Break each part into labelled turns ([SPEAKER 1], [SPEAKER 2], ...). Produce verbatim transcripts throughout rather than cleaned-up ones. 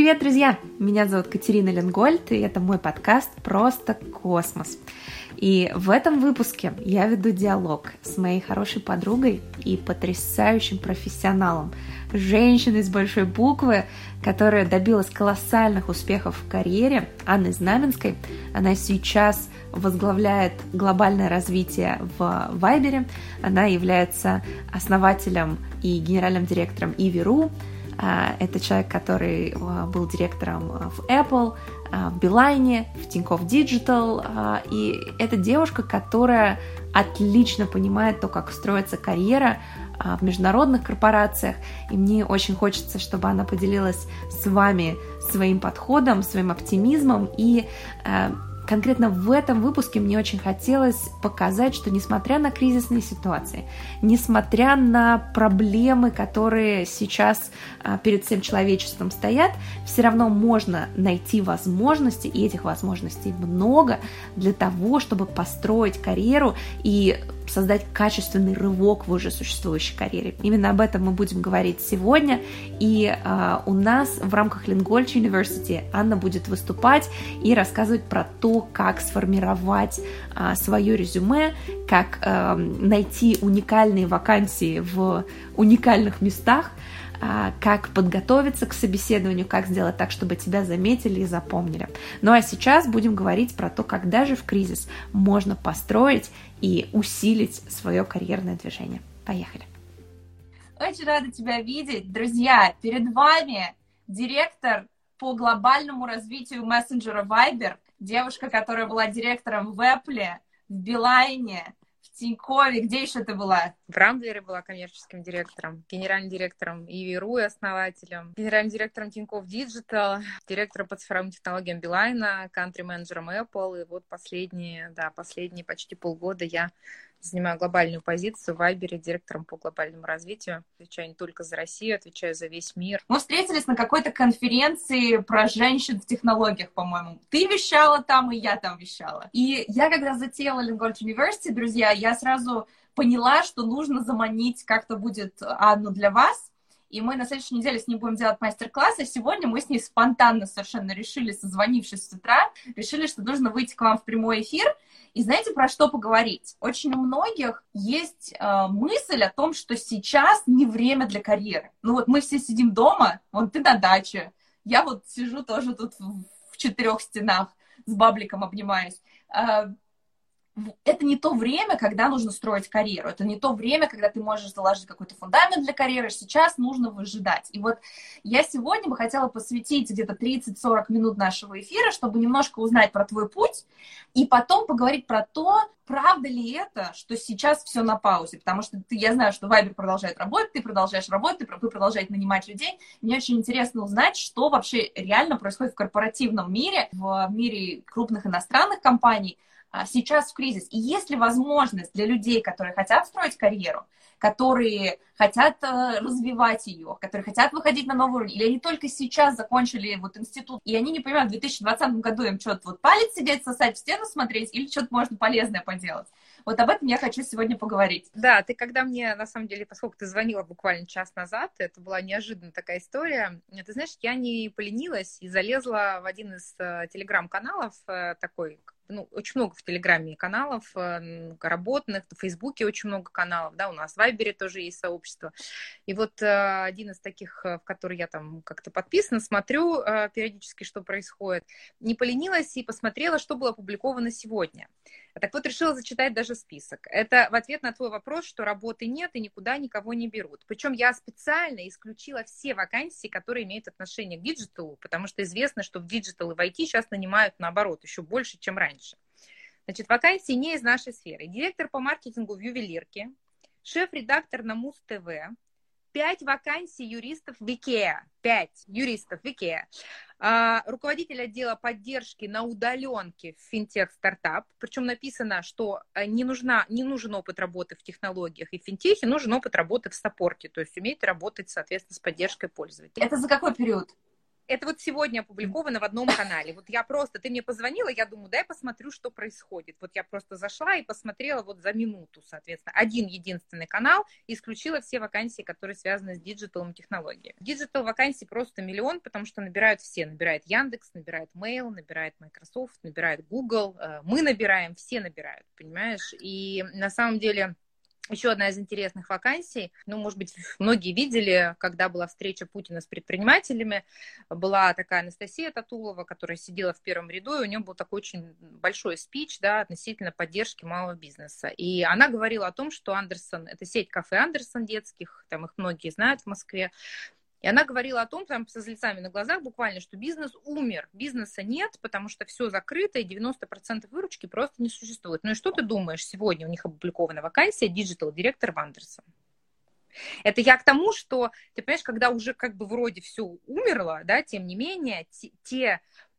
[SPEAKER 1] Привет, друзья! Меня зовут Катерина Ленгольд, и это мой подкаст «Просто космос». И в этом выпуске я веду диалог с моей хорошей подругой и потрясающим профессионалом, женщиной с большой буквы, которая добилась колоссальных успехов в карьере, Анной Знаменской. Она сейчас возглавляет глобальное развитие в Вайбере. Она является основателем и генеральным директором Иви.ру. Это человек, который был директором в Apple, в Билайне, в Тинькофф Digital. И это девушка, которая отлично понимает то, как строится карьера в международных корпорациях. И мне очень хочется, чтобы она поделилась с вами своим подходом, своим оптимизмом. И конкретно в этом выпуске мне очень хотелось показать, что несмотря на кризисные ситуации, несмотря на проблемы, которые сейчас перед всем человечеством стоят, все равно можно найти возможности, и этих возможностей много, для того, чтобы построить карьеру и создать качественный рывок в уже существующей карьере. Именно об этом мы будем говорить сегодня. И э, у нас в рамках Ленгольд University Анна будет выступать и рассказывать про то, как сформировать э, свое резюме, как э, найти уникальные вакансии в уникальных местах, как подготовиться к собеседованию, как сделать так, чтобы тебя заметили и запомнили. Ну а сейчас будем говорить про то, как даже в кризис можно построить и усилить свое карьерное движение. Поехали!
[SPEAKER 2] Очень рада тебя видеть. Друзья, перед вами директор по глобальному развитию мессенджера Viber, девушка, которая была директором в Apple, в Билайне, в Тинькове. Где еще ты была?
[SPEAKER 3] В Рамблере была коммерческим директором, генеральным директором Иви.ру и основателем, генеральным директором Тинькофф Digital, директором по цифровым технологиям Билайна, кантри-менеджером Apple. И вот последние, да, последние почти полгода я занимаю глобальную позицию в Вайбере, директором по глобальному развитию. Отвечаю не только за Россию, отвечаю за весь мир.
[SPEAKER 2] Мы встретились на какой-то конференции про женщин в технологиях, по-моему. Ты вещала там, и я там вещала. И я, когда затеяла Ленгольд University, друзья, я сразу поняла, что нужно заманить как-то будет Анну для вас. И мы на следующей неделе с ней будем делать мастер-класс, а сегодня мы с ней спонтанно совершенно решили, созвонившись с утра, решили, что нужно выйти к вам в прямой эфир. И знаете, про что поговорить? Очень у многих есть э, мысль о том, что сейчас не время для карьеры. Ну вот мы все сидим дома, вон ты на даче, я вот сижу тоже тут в, в четырех стенах с бабликом обнимаюсь. Э, это не то время, когда нужно строить карьеру. Это не то время, когда ты можешь заложить какой-то фундамент для карьеры. Сейчас нужно выжидать. И вот я сегодня бы хотела посвятить где-то тридцать-сорок минут нашего эфира, чтобы немножко узнать про твой путь, и потом поговорить про то, правда ли это, что сейчас все на паузе. Потому что ты, я знаю, что Viber продолжает работать, ты продолжаешь работать, вы продолжаете нанимать людей. Мне очень интересно узнать, что вообще реально происходит в корпоративном мире, в мире крупных иностранных компаний, сейчас в кризис. И есть ли возможность для людей, которые хотят строить карьеру, которые хотят э, развивать ее, которые хотят выходить на новый уровень, или они только сейчас закончили вот институт, и они не понимают, в две тысячи двадцатом году им что-то вот палец сидеть, сосать, в стену смотреть, или что-то можно полезное поделать. Вот об этом я хочу сегодня поговорить.
[SPEAKER 3] Да, ты когда мне, на самом деле, поскольку ты звонила буквально час назад, это была неожиданная такая история, ты знаешь, я не поленилась и залезла в один из э, телеграм-каналов, э, такой, ну, очень много в Телеграме каналов э, работных, в Фейсбуке очень много каналов, да, у нас в Вайбере тоже есть сообщество. И вот э, один из таких, в который я там как-то подписана, смотрю э, периодически, что происходит, не поленилась и посмотрела, что было опубликовано сегодня. Так вот, решила зачитать даже список. Это в ответ на твой вопрос, что работы нет и никуда никого не берут. Причем я специально исключила все вакансии, которые имеют отношение к диджиталу, потому что известно, что в диджитал и в ай ти сейчас нанимают, наоборот, еще больше, чем раньше. Значит, вакансии не из нашей сферы. Директор по маркетингу в ювелирке, шеф-редактор на Муз-ТВ, пять вакансий юристов в Икеа, пять юристов в Икеа, а, руководитель отдела поддержки на удаленке в финтех-стартап, причем написано, что не, нужна, не нужен опыт работы в технологиях и в финтехе, нужен опыт работы в саппорте, то есть уметь работать, соответственно, с поддержкой пользователей.
[SPEAKER 2] Это за какой период?
[SPEAKER 3] это вот сегодня опубликовано в одном канале. Вот я просто, ты мне позвонила, я думаю, дай посмотрю, что происходит. Вот я просто зашла и посмотрела вот за минуту, соответственно, один единственный канал, и исключила все вакансии, которые связаны с диджиталом технологией. Диджитал вакансий просто миллион, потому что набирают все. Набирает Яндекс, набирает Mail, набирает Microsoft, набирает Google. Мы набираем, все набирают, понимаешь? И на самом деле... Еще одна из интересных вакансий, ну, может быть, многие видели, когда была встреча Путина с предпринимателями, была такая Анастасия Татулова, которая сидела в первом ряду, и у нее был такой очень большой спич, да, относительно поддержки малого бизнеса. И она говорила о том, что Андерсон, это сеть кафе Андерсон детских, там их многие знают в Москве, и она говорила о том, там, со слезами на глазах буквально, что бизнес умер, бизнеса нет, потому что все закрыто, и девяносто процентов выручки просто не существует. Ну и что ты думаешь, сегодня у них опубликована вакансия диджитал-директор в Андерсон? Это я к тому, что, ты понимаешь, когда уже как бы вроде все умерло, да, тем не менее, те... те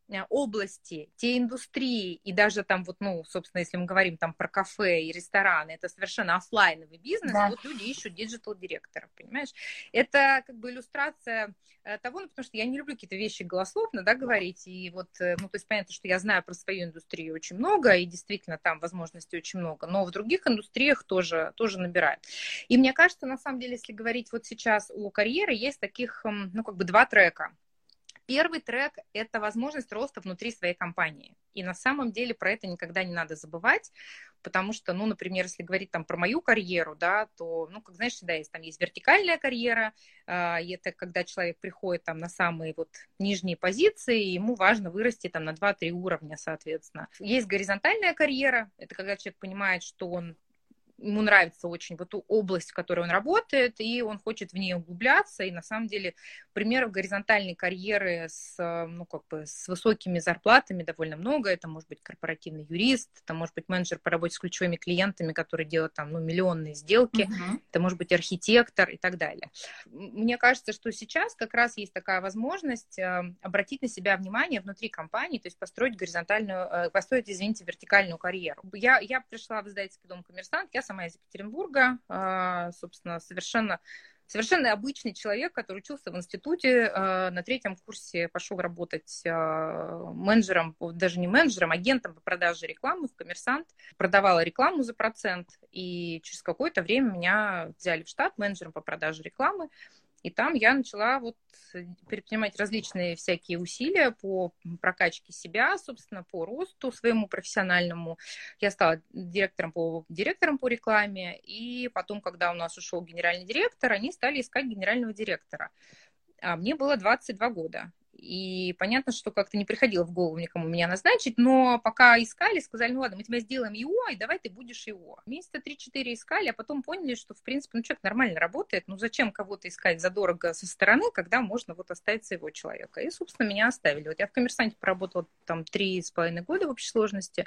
[SPEAKER 3] области, те индустрии, и даже там вот, ну, собственно, если мы говорим там про кафе и рестораны, это совершенно офлайновый бизнес, да. Вот люди ищут диджитал-директора, понимаешь? Это как бы иллюстрация того, ну, потому что я не люблю какие-то вещи голословно, да, говорить, и вот, ну, то есть понятно, что я знаю про свою индустрию очень много, и действительно там возможностей очень много, но в других индустриях тоже, тоже набирают. И мне кажется, на самом деле, если говорить вот сейчас о карьере, есть таких, ну, как бы два трека. Первый трек – это возможность роста внутри своей компании. И на самом деле про это никогда не надо забывать, потому что, ну, например, если говорить там про мою карьеру, да, то, ну, как знаешь, всегда есть, там есть вертикальная карьера, э, и это когда человек приходит там на самые вот нижние позиции, и ему важно вырасти там на два-три уровня, соответственно. Есть горизонтальная карьера, это когда человек понимает, что он ему нравится очень вот ту область, в которой он работает, и он хочет в ней углубляться, и на самом деле примеров горизонтальной карьеры с, ну, как бы с высокими зарплатами довольно много. Это может быть корпоративный юрист, это может быть менеджер по работе с ключевыми клиентами, который делает там, ну, миллионные сделки, uh-huh. это может быть архитектор и так далее. Мне кажется, что сейчас как раз есть такая возможность обратить на себя внимание внутри компании, то есть построить горизонтальную, построить, извините, вертикальную карьеру. Я, я пришла в издательский дом «Коммерсант», я сама из Екатеринбурга, собственно, совершенно, совершенно обычный человек, который учился в институте, на третьем курсе пошел работать менеджером, даже не менеджером, агентом по продаже рекламы в «Коммерсант», продавала рекламу за процент, и через какое-то время меня взяли в штат менеджером по продаже рекламы, и там я начала вот предпринимать различные всякие усилия по прокачке себя, собственно, по росту своему профессиональному. Я стала директором по, директором по рекламе, и потом, когда у нас ушел генеральный директор, они стали искать генерального директора. А мне было двадцать два года. И понятно, что как-то не приходило в голову никому меня назначить, но пока искали, сказали, ну ладно, мы тебя сделаем ИО, и давай ты будешь ИО. Месяца три-четыре искали, а потом поняли, что, в принципе, ну человек нормально работает, ну зачем кого-то искать задорого со стороны, когда можно вот оставить своего человека. И, собственно, меня оставили. Вот я в «Коммерсанте» проработала там три с половиной года в общей сложности,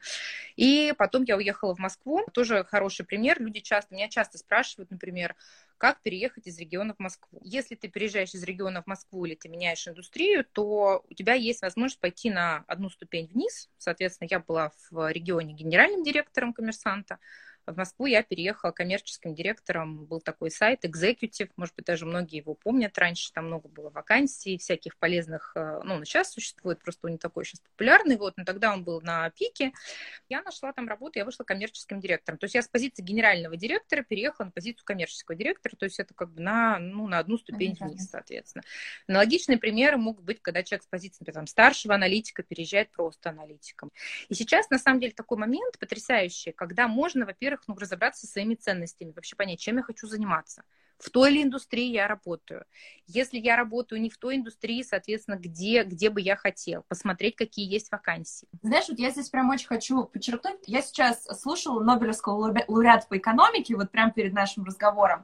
[SPEAKER 3] и потом я уехала в Москву. Тоже хороший пример. Люди часто, меня часто спрашивают, например, как переехать из региона в Москву. Если ты переезжаешь из региона в Москву или ты меняешь индустрию, то у тебя есть возможность пойти на одну ступень вниз. Соответственно, я была в регионе генеральным директором «Коммерсанта». В Москву я переехала коммерческим директором. Был такой сайт Executive, может быть, даже многие его помнят. Раньше там много было вакансий, всяких полезных. Ну, он сейчас существует, просто он не такой сейчас популярный. Вот, но тогда он был на пике. Я нашла там работу, я вышла коммерческим директором. То есть я с позиции генерального директора переехала на позицию коммерческого директора. То есть это как бы на, ну, на одну ступень mm-hmm. вниз, соответственно. Аналогичные примеры могут быть, когда человек с позиции, например, там, старшего аналитика переезжает просто аналитиком. И сейчас, на самом деле, такой момент потрясающий, когда можно, во-первых, ну, разобраться со своими ценностями, вообще понять, чем я хочу заниматься. В той или индустрии я работаю. Если я работаю не в той индустрии, соответственно, где, где бы я хотел, посмотреть, какие есть вакансии.
[SPEAKER 2] Знаешь, вот я здесь прям очень хочу подчеркнуть, я сейчас слушала Нобелевского лауреата по экономике, вот прямо перед нашим разговором,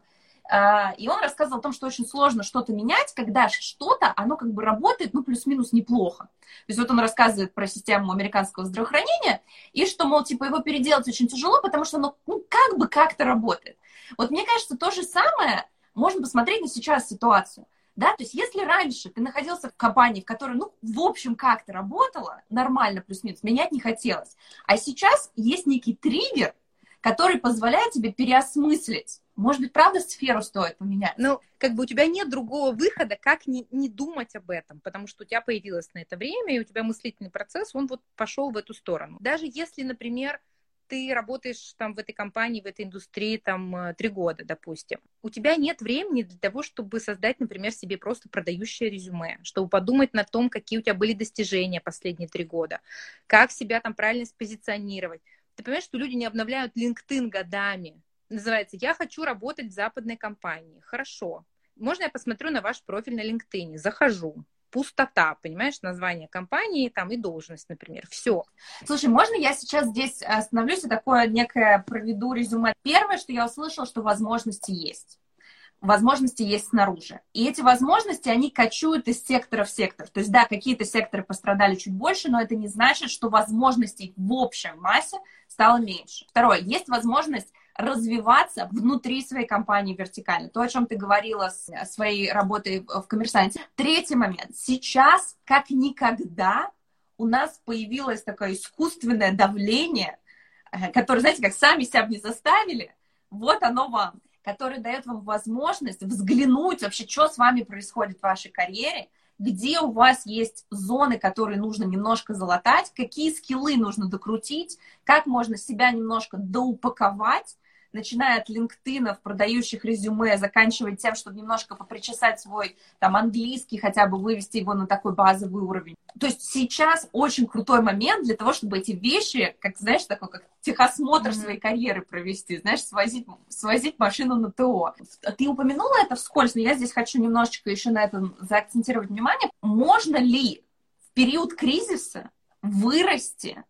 [SPEAKER 2] и он рассказывал о том, что очень сложно что-то менять, когда что-то, оно как бы работает, ну, плюс-минус неплохо. То есть вот он рассказывает про систему американского здравоохранения, и что, мол, типа, его переделать очень тяжело, потому что оно, ну, как бы как-то работает. Вот мне кажется, то же самое можно посмотреть на сейчас ситуацию. Да, то есть если раньше ты находился в компании, в которой, ну, в общем, как-то работала, нормально плюс-минус, менять не хотелось, а сейчас есть некий триггер, который позволяет тебе переосмыслить. Может быть, правда, сферу стоит поменять?
[SPEAKER 3] Ну, как бы у тебя нет другого выхода, как не, не думать об этом, потому что у тебя появилось на это время, и у тебя мыслительный процесс, он вот пошел в эту сторону. Даже если, например, ты работаешь там в этой компании, в этой индустрии там три года, допустим, у тебя нет времени для того, чтобы создать, например, себе просто продающее резюме, чтобы подумать на том, какие у тебя были достижения последние три года, как себя там правильно спозиционировать. Ты понимаешь, что люди не обновляют LinkedIn годами. Называется «Я хочу работать в западной компании». Хорошо. Можно я посмотрю на ваш профиль на LinkedIn? Захожу. Пустота, понимаешь, название компании там и должность, например. Все.
[SPEAKER 2] Слушай, можно я сейчас здесь остановлюсь и такое некое проведу резюме? Первое, что я услышала, что возможности есть. Возможности есть снаружи. И эти возможности, они кочуют из сектора в сектор. То есть, да, какие-то секторы пострадали чуть больше, но это не значит, что возможностей в общем массе стало меньше. Второе, есть возможность развиваться внутри своей компании вертикально. То, о чем ты говорила с своей работой в «Коммерсанте». Третий момент. Сейчас, как никогда, у нас появилось такое искусственное давление, которое, знаете, как сами себя не заставили, вот оно вам, которое дает вам возможность взглянуть вообще, что с вами происходит в вашей карьере, где у вас есть зоны, которые нужно немножко залатать, какие скиллы нужно докрутить, как можно себя немножко доупаковать, начиная от LinkedIn, продающих резюме, заканчивая тем, чтобы немножко попричесать свой там английский, хотя бы вывести его на такой базовый уровень. То есть сейчас очень крутой момент для того, чтобы эти вещи, как, знаешь, такой, как техосмотр mm-hmm. своей карьеры провести, знаешь, свозить, свозить машину на ТО. Ты упомянула это вскользь, но я здесь хочу немножечко еще на этом заакцентировать внимание. Можно ли в период кризиса вырасти,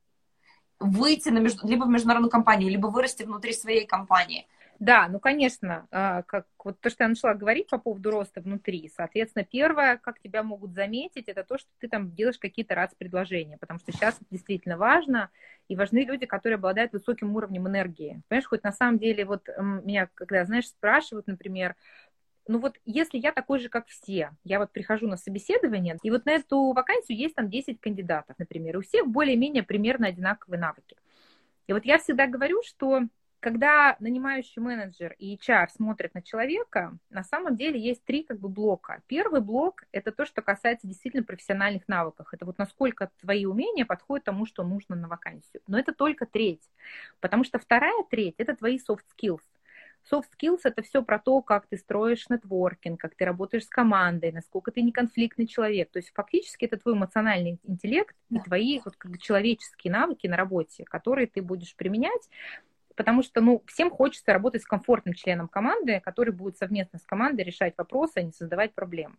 [SPEAKER 2] выйти на между... либо в международную компанию, либо вырасти внутри своей компании?
[SPEAKER 3] Да, ну, конечно, как вот то, что я начала говорить по поводу роста внутри, соответственно, первое, как тебя могут заметить, это то, что ты там делаешь какие-то раз-предложения, потому что сейчас это действительно важно, и важны люди, которые обладают высоким уровнем энергии. Понимаешь, хоть на самом деле вот меня, когда, знаешь, спрашивают, например, ну вот если я такой же, как все, я вот прихожу на собеседование, и вот на эту вакансию есть там десять кандидатов, например, и у всех более-менее примерно одинаковые навыки. И вот я всегда говорю, что когда нанимающий менеджер и эйч ар смотрят на человека, на самом деле есть три как бы блока. Первый блок – это то, что касается действительно профессиональных навыков. Это вот насколько твои умения подходят тому, что нужно на вакансию. Но это только треть, потому что вторая треть – это твои soft skills. Soft skills – это все про то, как ты строишь нетворкинг, как ты работаешь с командой, насколько ты неконфликтный человек. То есть фактически это твой эмоциональный интеллект и твои вот, как бы, человеческие навыки на работе, которые ты будешь применять, потому что ну, всем хочется работать с комфортным членом команды, который будет совместно с командой решать вопросы, а не создавать проблемы.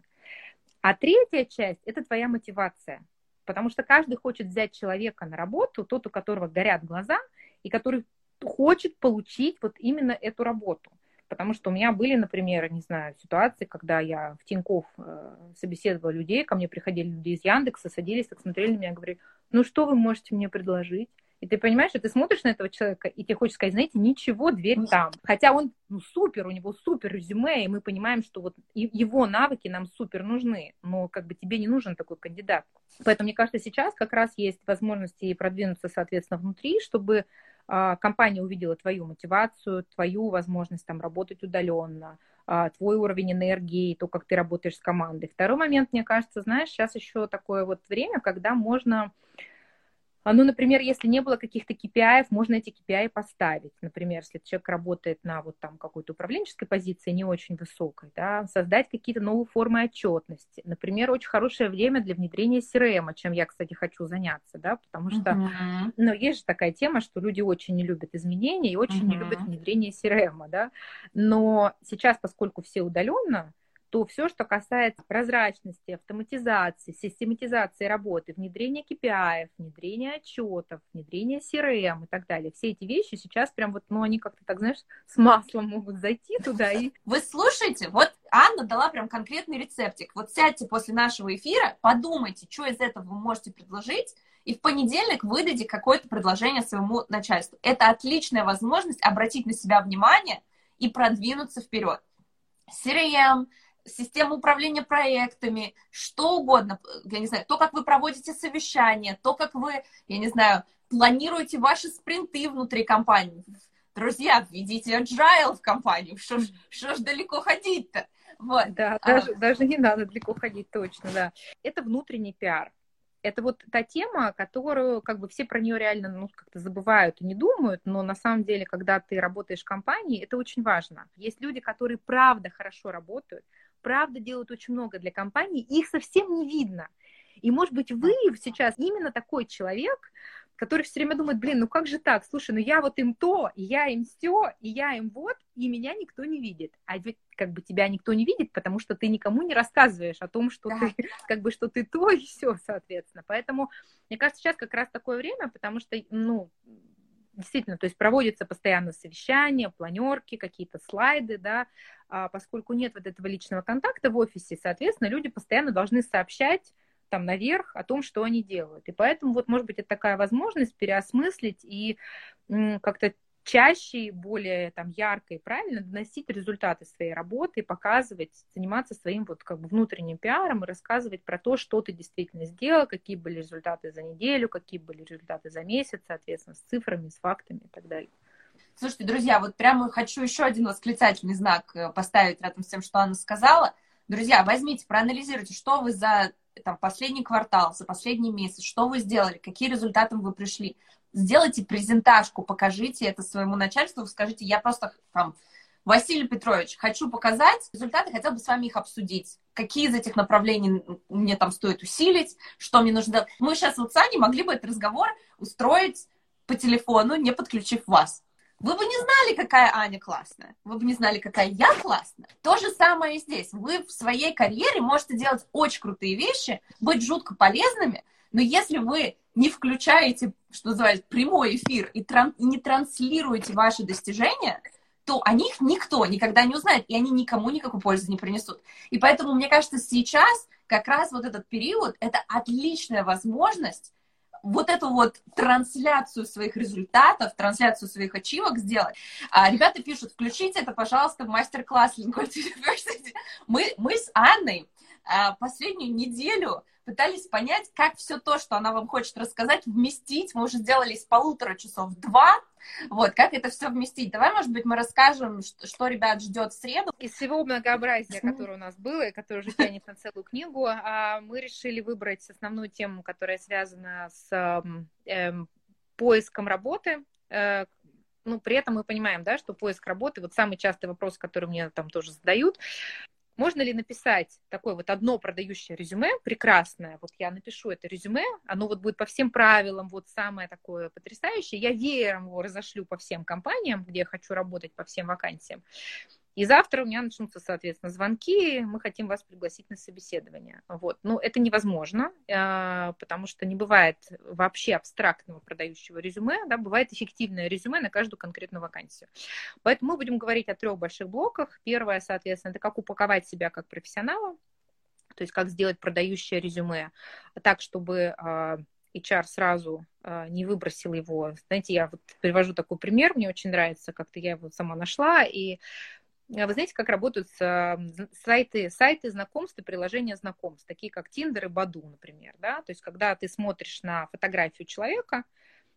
[SPEAKER 3] А третья часть – это твоя мотивация, потому что каждый хочет взять человека на работу, тот, у которого горят глаза, и который хочет получить вот именно эту работу. Потому что у меня были, например, не знаю, ситуации, когда я в Тинькофф э, собеседовала людей, ко мне приходили люди из Яндекса, садились, так смотрели на меня и говорили, ну что вы можете мне предложить? И ты понимаешь, что ты смотришь на этого человека, и тебе хочется сказать, знаете, ничего, дверь там. Хотя он ну, супер, у него супер резюме, и мы понимаем, что вот его навыки нам супер нужны, но как бы тебе не нужен такой кандидат. Поэтому, мне кажется, сейчас как раз есть возможности продвинуться, соответственно, внутри, чтобы компания увидела твою мотивацию, твою возможность там работать удаленно, твой уровень энергии, то, как ты работаешь с командой. Второй момент, мне кажется, знаешь, сейчас еще такое вот время, когда можно, ну, например, если не было каких-то кей пи ай, можно эти кей пи ай поставить. Например, если человек работает на вот там какой-то управленческой позиции, не очень высокой, да, создать какие-то новые формы отчетности. Например, очень хорошее время для внедрения си эр эм, чем я, кстати, хочу заняться, да, потому что, uh-huh. ну, есть же такая тема, что люди очень не любят изменения и очень uh-huh. не любят внедрение си эр эм, да, но сейчас, поскольку все удаленно, то все, что касается прозрачности, автоматизации, систематизации работы, внедрения кей пи ай, внедрения отчетов, внедрения си эр эм и так далее, все эти вещи сейчас прям вот, ну, они как-то так, знаешь, с маслом могут зайти туда и...
[SPEAKER 2] Вы слушаете? Вот Анна дала прям конкретный рецептик. Вот сядьте после нашего эфира, подумайте, что из этого вы можете предложить, и в понедельник выдайте какое-то предложение своему начальству. Это отличная возможность обратить на себя внимание и продвинуться вперед. си эр эм, система управления проектами, что угодно, я не знаю, то, как вы проводите совещания, то, как вы, я не знаю, планируете ваши спринты внутри компании. друзья, введите agile в компанию, что ж, что ж далеко ходить-то? Вот.
[SPEAKER 3] Да,
[SPEAKER 2] а...
[SPEAKER 3] даже, даже не надо далеко ходить, точно, да. Это внутренний пиар. Это вот та тема, которую как бы все про нее реально ну, как-то забывают и не думают, но на самом деле, когда ты работаешь в компании, это очень важно. Есть люди, которые правда хорошо работают, правда делают очень много для компании, их совсем не видно. И, может быть, вы сейчас именно такой человек, который все время думает, блин, ну как же так? Слушай, ну я вот им то, и я им сё, и я им вот, и меня никто не видит. А ведь как бы тебя никто не видит, потому что ты никому не рассказываешь о том, что, да. ты, как бы, что ты то, и все, соответственно. Поэтому, мне кажется, сейчас как раз такое время, потому что, ну, действительно, то есть проводятся постоянно совещания, планерки, какие-то слайды, да, а поскольку нет вот этого личного контакта в офисе, соответственно, люди постоянно должны сообщать там наверх о том, что они делают. И поэтому вот, может быть, это такая возможность переосмыслить и м, как-то чаще, более там ярко и правильно доносить результаты своей работы, показывать, заниматься своим вот как бы внутренним пиаром и рассказывать про то, что ты действительно сделал, какие были результаты за неделю, какие были результаты за месяц, соответственно, с цифрами, с фактами и так далее.
[SPEAKER 2] Слушайте, друзья, вот прямо хочу еще один восклицательный знак поставить рядом с тем, что Анна сказала. Друзья, возьмите, проанализируйте, что вы за там, последний квартал, за последний месяц, что вы сделали, какие результаты вы пришли. Сделайте презентажку, покажите это своему начальству, скажите, я просто там, Василий Петрович, хочу показать результаты, хотел бы с вами их обсудить. Какие из этих направлений мне там стоит усилить, что мне нужно делать. Мы сейчас вот с Аней могли бы этот разговор устроить по телефону, не подключив вас. Вы бы не знали, какая Аня классная. Вы бы не знали, какая я классная. То же самое и здесь. Вы в своей карьере можете делать очень крутые вещи, быть жутко полезными, но если вы не включаете, что называется, прямой эфир и тран- не транслируете ваши достижения, то о них никто никогда не узнает, и они никому никакой пользы не принесут. И поэтому, мне кажется, сейчас как раз вот этот период – это отличная возможность вот эту вот трансляцию своих результатов, трансляцию своих ачивок сделать. А, ребята пишут, включите это, пожалуйста, в мастер-класс Lincoln University. Мы, мы с Анной а, последнюю неделю пытались понять, как все то, что она вам хочет рассказать, вместить. Мы уже сделали из полутора часов в два. Вот, как это все вместить. Давай, может быть, мы расскажем, что, что ребят ждет в среду.
[SPEAKER 3] Из всего многообразия, которое у нас было, и которое уже тянет на целую книгу, мы решили выбрать основную тему, которая связана с э, поиском работы. Э, ну, при этом мы понимаем, да, что поиск работы, вот самый частый вопрос, который мне там тоже задают, можно ли написать такое вот одно продающее резюме, прекрасное, вот я напишу это резюме, оно вот будет по всем правилам, вот самое такое потрясающее, я веером его разошлю по всем компаниям, где я хочу работать, по всем вакансиям. И завтра у меня начнутся, соответственно, звонки, мы хотим вас пригласить на собеседование. Вот. Но это невозможно, потому что не бывает вообще абстрактного продающего резюме, да, бывает эффективное резюме на каждую конкретную вакансию. Поэтому мы будем говорить о трех больших блоках. Первое, соответственно, это как упаковать себя как профессионала, то есть как сделать продающее резюме так, чтобы эйч ар сразу не выбросил его. Знаете, я вот привожу такой пример, мне очень нравится, как-то я его сама нашла, и вы знаете, как работают сайты, сайты знакомств и приложения знакомств, такие как Tinder и Badoo, например, да, то есть когда ты смотришь на фотографию человека,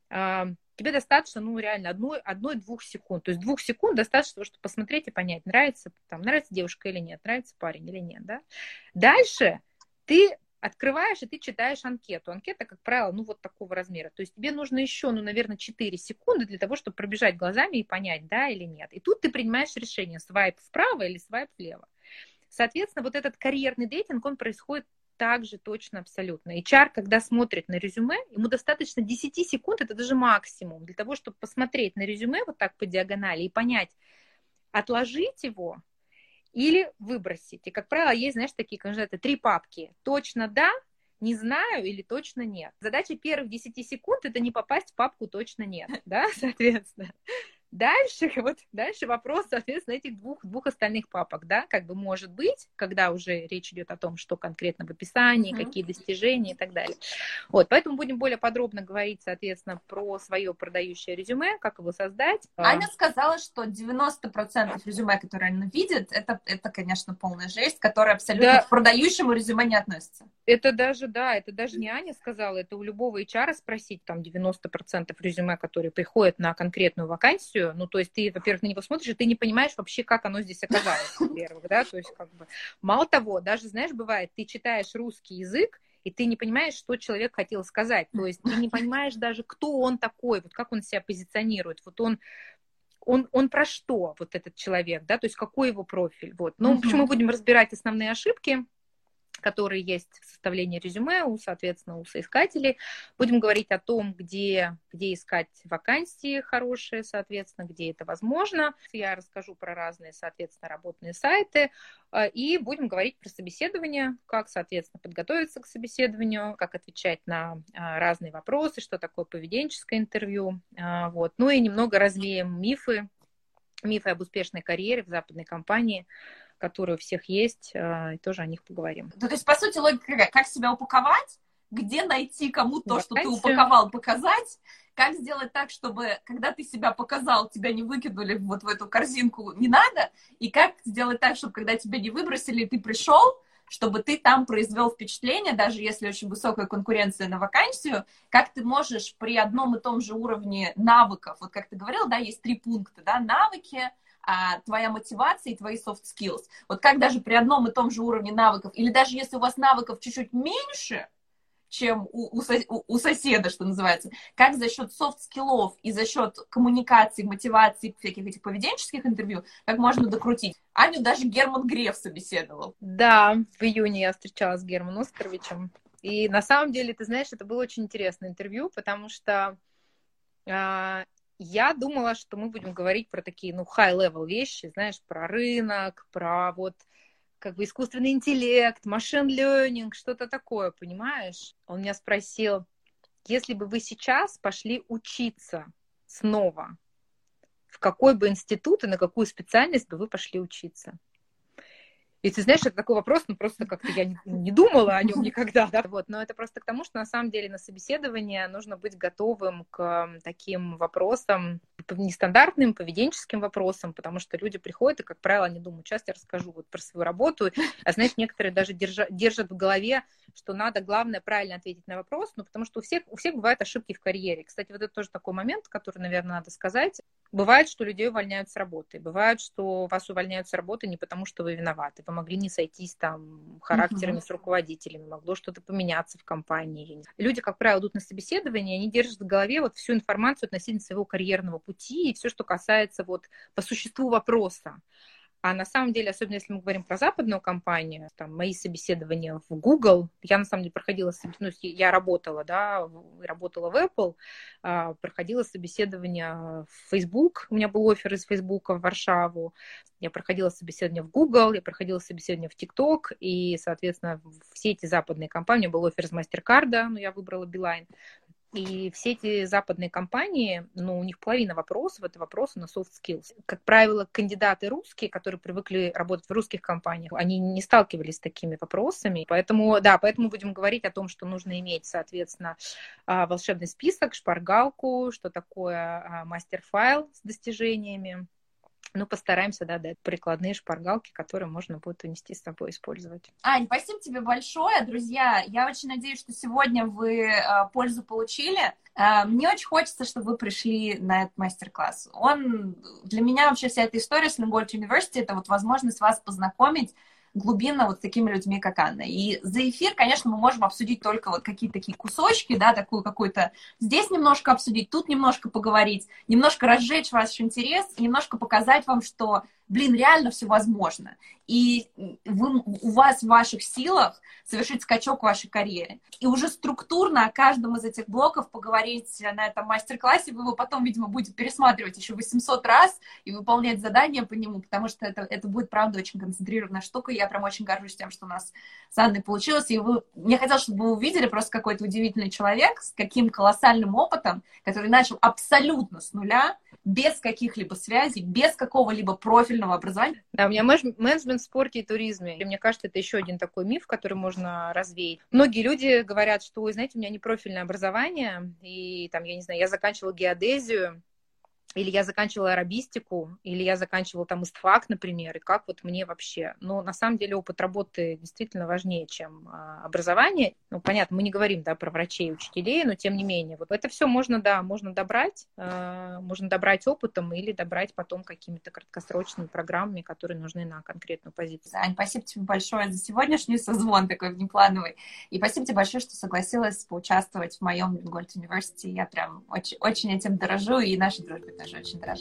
[SPEAKER 3] тебе достаточно, ну, реально одной, одной-двух секунд, то есть двух секунд достаточно, чтобы посмотреть и понять, нравится, там, нравится девушка или нет, нравится парень или нет, да. Дальше ты открываешь, и ты читаешь анкету. Анкета, как правило, ну, вот такого размера. То есть тебе нужно еще, ну, наверное, четыре секунды для того, чтобы пробежать глазами и понять, да или нет. И тут ты принимаешь решение, свайп вправо или свайп влево. Соответственно, вот этот карьерный дейтинг, он происходит также точно абсолютно. эйч ар, когда смотрит на резюме, ему достаточно десять секунд, это даже максимум, для того, чтобы посмотреть на резюме вот так по диагонали и понять, отложить его или выбросить. И, как правило, есть, знаешь, такие, как это, три папки. Точно да, не знаю или точно нет. Задача первых десяти секунд – это не попасть в папку точно нет, да, соответственно. Дальше, вот, дальше вопрос, соответственно, этих двух, двух остальных папок, да, как бы может быть, когда уже речь идет о том, что конкретно в описании, uh-huh. какие достижения и так далее. Вот, поэтому будем более подробно говорить, соответственно, про свое продающее резюме, как его создать.
[SPEAKER 2] Аня сказала, что девяносто процентов резюме, которые она видит, это, это, конечно, полная жесть, которая абсолютно да. к продающему резюме не относится.
[SPEAKER 3] Это даже, да, это даже не Аня сказала, это у любого эйч ар спросить, там, девяносто процентов резюме, которые приходят на конкретную вакансию, вакансию, ну, то есть ты, во-первых, на него смотришь, и ты не понимаешь вообще, как оно здесь оказалось, во-первых, да, то есть как бы мало того, даже, знаешь, бывает, ты читаешь русский язык, и ты не понимаешь, что человек хотел сказать, то есть ты не понимаешь даже, кто он такой, вот как он себя позиционирует, вот он Он, он про что, вот этот человек, да, то есть какой его профиль, вот. Ну, в общем, мы будем разбирать основные ошибки, которые есть в составлении резюме у, соответственно, у соискателей. Будем говорить о том, где, где искать вакансии хорошие, соответственно, где это возможно. Я расскажу про разные, соответственно, работные сайты. И будем говорить про собеседование, как, соответственно, подготовиться к собеседованию, как отвечать на разные вопросы, что такое поведенческое интервью. Вот. Ну и немного развеем мифы, мифы об успешной карьере в западной компании, которые у всех есть, и тоже о них поговорим.
[SPEAKER 2] Ну, то есть, по сути, логика какая? Как себя упаковать, где найти кому то, что ты упаковал, показать, как сделать так, чтобы, когда ты себя показал, тебя не выкинули вот в эту корзинку не надо, и как сделать так, чтобы, когда тебя не выбросили, ты пришел, чтобы ты там произвел впечатление, даже если очень высокая конкуренция на вакансию, как ты можешь при одном и том же уровне навыков, вот как ты говорил, да, есть три пункта, да, навыки, а, твоя мотивация и твои soft skills. Вот как даже при одном и том же уровне навыков, или даже если у вас навыков чуть-чуть меньше, чем у, у, у, у соседа, что называется, как за счет софт-скиллов и за счет коммуникации, мотивации, всяких этих поведенческих интервью, как можно докрутить. Аню даже Герман Греф собеседовал.
[SPEAKER 3] Да, в июне я встречалась с Германом Оскаровичем. И на самом деле, ты знаешь, это было очень интересное интервью, потому что э, я думала, что мы будем говорить про такие, ну, high-level вещи, знаешь, про рынок, про вот как бы искусственный интеллект, машин learning, что-то такое, понимаешь? Он меня спросил, если бы вы сейчас пошли учиться снова, в какой бы институт и на какую специальность бы вы пошли учиться? И ты знаешь, это такой вопрос, ну просто как-то я не, не думала о нем никогда, да, вот, но это просто к тому, что на самом деле на собеседование нужно быть готовым к таким вопросам, нестандартным поведенческим вопросам, потому что люди приходят и, как правило, они думают, сейчас я расскажу вот про свою работу, а знаешь, некоторые даже держат, держат в голове, что надо, главное, правильно ответить на вопрос, ну, потому что у всех, у всех бывают ошибки в карьере. Кстати, вот это тоже такой момент, который, наверное, надо сказать. Бывает, что людей увольняют с работы, бывает, что вас увольняют с работы не потому, что вы виноваты, вы могли не сойтись там характерами uh-huh. с руководителями, могло что-то поменяться в компании. Люди, как правило, идут на собеседование, они держат в голове вот всю информацию относительно своего карьерного пути и все, что касается вот по существу вопроса. А на самом деле, особенно если мы говорим про западную компанию, там, мои собеседования в Google, я на самом деле проходила, ну, я работала, да, работала в Apple, проходила собеседование в Facebook, у меня был оффер из Facebook в Варшаву, я проходила собеседование в Google, я проходила собеседование в TikTok, и, соответственно, все эти западные компании, у меня был оффер из MasterCard, но я выбрала Beeline. И все эти западные компании, ну, у них половина вопросов, это вопросы на soft skills. Как правило, кандидаты русские, которые привыкли работать в русских компаниях, они не сталкивались с такими вопросами. Поэтому, да, поэтому будем говорить о том, что нужно иметь, соответственно, волшебный список, шпаргалку, что такое мастер-файл с достижениями. Ну, постараемся, да, дать прикладные шпаргалки, которые можно будет унести с собой, использовать.
[SPEAKER 2] Ань, спасибо тебе большое, друзья. Я очень надеюсь, что сегодня вы э, пользу получили. Э, мне очень хочется, чтобы вы пришли на этот мастер-класс. Он, для меня вообще вся эта история с Lingold University — это вот возможность вас познакомить глубинно вот с такими людьми, как Анна. И за эфир, конечно, мы можем обсудить только вот какие-то такие кусочки, да, такую какую-то... Здесь немножко обсудить, тут немножко поговорить, немножко разжечь ваш интерес, немножко показать вам, что, блин, реально все возможно. И вы, у вас в ваших силах совершить скачок в вашей карьере. И уже структурно о каждом из этих блоков поговорить на этом мастер-классе. Вы его потом, видимо, будете пересматривать еще восемьсот раз и выполнять задания по нему, потому что это, это будет, правда, очень концентрированная штука. Я прям очень горжусь тем, что у нас с Анной получилось. И вы... мне хотелось, чтобы вы увидели просто какой-то удивительный человек с каким колоссальным опытом, который начал абсолютно с нуля, без каких-либо связей, без какого-либо профильного образования.
[SPEAKER 3] Да, у меня менеджмент в спорте и туризме. И мне кажется, это еще один такой миф, который можно развеять. Многие люди говорят, что, вы знаете, у меня не профильное образование, и там, я не знаю, я заканчивала геодезию, или я заканчивала арабистику, или я заканчивала там ИСТФАК, например, и как вот мне вообще. Но на самом деле опыт работы действительно важнее, чем а, образование. Ну, понятно, мы не говорим, да, про врачей и учителей, но тем не менее, вот это все можно, да, можно добрать, э, можно добрать опытом или добрать потом какими-то краткосрочными программами, которые нужны на конкретную позицию.
[SPEAKER 2] Ань, спасибо тебе большое за сегодняшний созвон такой внеплановый. И спасибо тебе большое, что согласилась поучаствовать в моем Lingoldt University. Я прям очень, очень этим дорожу, и нашей дружбе тоже очень дорожу.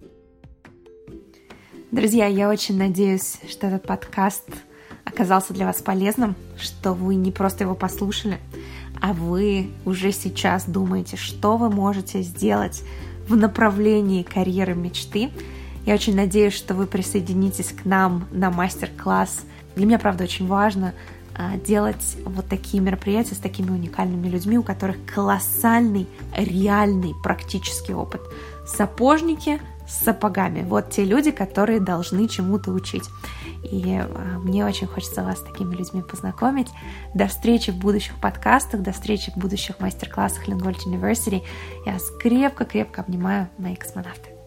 [SPEAKER 1] Друзья, я очень надеюсь, что этот подкаст оказался для вас полезным, что вы не просто его послушали, а вы уже сейчас думаете, что вы можете сделать в направлении карьеры мечты. Я очень надеюсь, что вы присоединитесь к нам на мастер-класс. Для меня, правда, очень важно делать вот такие мероприятия с такими уникальными людьми, у которых колоссальный, реальный, практический опыт. Сапожники с сапогами. Вот те люди, которые должны чему-то учить. И мне очень хочется вас с такими людьми познакомить. До встречи в будущих подкастах, до встречи в будущих мастер-классах Lingoldt University. Я вас крепко-крепко обнимаю, мои космонавты.